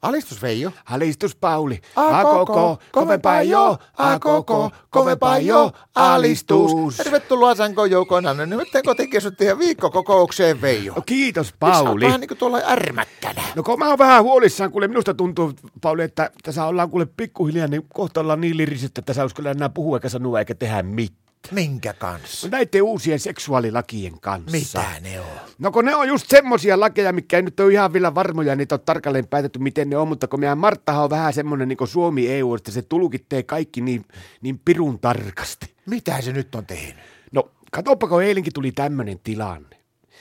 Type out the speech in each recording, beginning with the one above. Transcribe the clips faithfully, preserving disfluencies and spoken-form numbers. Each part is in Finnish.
Alistus Veijo. Alistus Pauli. A koko, kovempaa jo. A koko, kovempaa jo. Alistus. Tervetuloa Sanko Joukona. No nyt kotikeskuttien viikkokokoukseen Veijo. No, kiitos Pauli. Vähän niin kuin tuolla ärmäkkänä. No kun mä oon vähän huolissaan, kuule minusta tuntuu Pauli, että tässä ollaan kuule pikkuhiljaa, niin kohta ollaan niin liriset, että sä uskalla enää puhua eikä sanoa eikä tehdä mitään. Minkä kanssa? No näiden uusien seksuaalilakien kanssa. Mitä ne on? No kun ne on just semmosia lakeja, mitkä ei nyt ole ihan vielä varmoja, niitä on tarkalleen päätetty, miten ne on, mutta kun meidän Marttahan on vähän semmonen niin kuin Suomi-E U, että se tulkittee kaikki niin, niin pirun tarkasti. Mitä se nyt on tehnyt? No katoppa, kun eilenkin tuli tämmönen tilanne.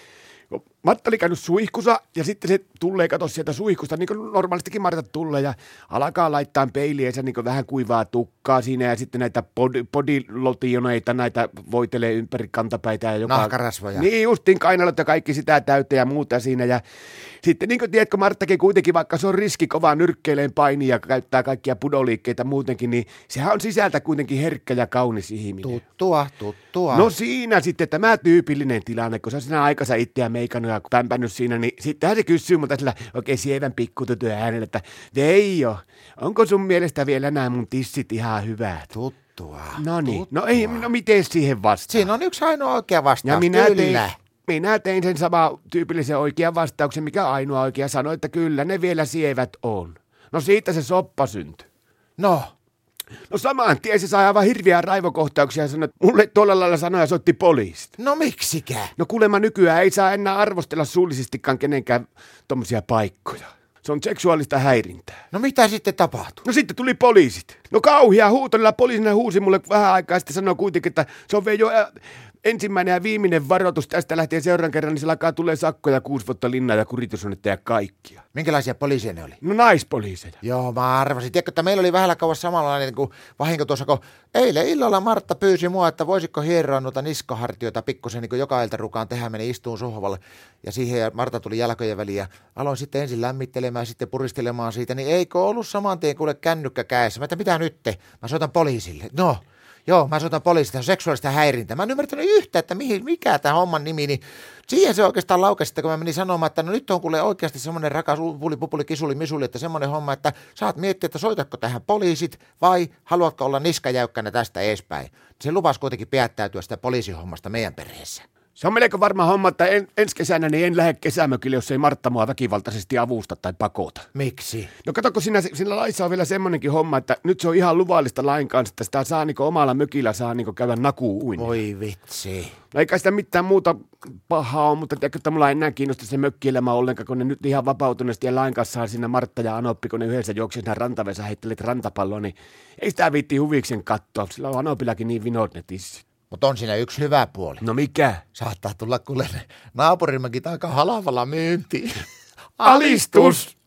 Martta oli käynyt suihkussa ja sitten se tulee kato sieltä suihkusta, niin kuin normaalistikin Martta tulee ja alkaa laittaa peiliensä niin kuin vähän kuivaa tukkaa siinä ja sitten näitä body, bodylotioneita, näitä voitelee ympäri kantapäitä. Ja joka, nahkarasvoja. Niin justiin kainalot ja kaikki sitä täyteen ja muuta siinä ja sitten niin kuin tiedätkö Marttakin kuitenkin, vaikka se on riski kovaa nyrkkeileen painia ja käyttää kaikkia pudoliikkeitä muutenkin, niin sehän on sisältä kuitenkin herkkä ja kaunis ihminen. Tuttua, tuttua. No siinä sitten tämä tyypillinen tilanne, kun se on siinä aikansa itseä meikannut ja pämpännyt siinä, niin sittenhän se kysyy multa sillä oikein sievän pikkututyön äänellä, että Veijo, onko sun mielestä vielä nämä mun tissit ihan hyvät? Tuttua. No niin, tuttua. no ei, no miten siihen vastaan? Siinä on yksi ainoa oikea vastaus. Ja minä tein, kyllä. minä tein sen sama tyypillisen oikean vastauksen, mikä ainoa oikea sanoi, että kyllä ne vielä sievät on. No siitä se soppa syntyi. No. No samaan tien se sai aivan hirviä raivokohtauksia ja sanoi, että mulle tuolla lailla sanoja soitti poliisit. No miksikä? No kuulemma nykyään ei saa enää arvostella suullisestikaan kenenkään tommosia paikkoja. Se on seksuaalista häirintää. No mitä sitten tapahtui? No sitten tuli poliisit. No kauhia huutolla poliisina huusi mulle vähän aikaa sitten sanoi kuitenkin, että se on jo ensimmäinen ja viimeinen varoitus. Tästä lähtien seuraavan kerran, niin se alkaa tulee sakkoja, kuusi vuotta linnaa ja kuritusonnetta ja kaikkia. Minkälaisia poliiseja ne oli? No naispoliiseja. Joo, mä arvasin. Tiedätkö, että meillä oli vähän kauas samanlainen kuin vahinko tuossa, kun eilen illalla Martta pyysi mua, että voisitko hieroa noita niskahartioita pikkusen niin kuin joka ilta rukaan tehdä, meni istuun sohvalle. Ja siihen ja Martta tuli jalkojen väliin ja aloin sitten ensin lämmittelemään, sitten puristelemaan siitä. Niin eikö ollut saman tien kuule kännykkä kädessä? Mä että mitä nyt te? Mä soitan poliisille. No. Joo, mä soitan poliisista, se on seksuaalista häirintää. Mä en ymmärtänyt yhtä, että mihin, mikä tämä homman nimi, niin siihen se oikeastaan laukesi, kun mä menin sanomaan, että no nyt on kuule oikeasti semmoinen rakas puli, pupuli, kisuli, misuli, että semmoinen homma, että saat miettiä, että soitatko tähän poliisit vai haluatko olla niskajäykkänä tästä edespäin. Se lupasi kuitenkin pidättäytyä sitä poliisihommasta meidän perheessä. Se on melko varma homma, että en, ensi kesänä niin en lähde kesämökille, jos ei Martta mua väkivaltaisesti avusta tai pakota. Miksi? No kato, kun siinä, siinä laissa on vielä semmoinenkin homma, että nyt se on ihan luvallista lain kanssa, että sitä saa niinku omalla mökillä saa niinku käydä nakuuuinnin. Voi vitsi. No eikä sitä mitään muuta pahaa ole, mutta tiedätkö, että mulla ei enää kiinnosta se mökkielämä ollenkaan, kun ne nyt ihan vapautuneesti ja lain kanssa siinä Martta ja Anoppi, kun ne yhdessä juoksi siinä rantavessa heittelet rantapalloa, niin ei sitä viitti huviksen katsoa, sillä on Anopillakin niin vinot ne tissit. Mutta on siinä yksi hyvä puoli. No mikä? Saattaa tulla kuule naapurimmekin aika halavalla myyntiin. Alistus!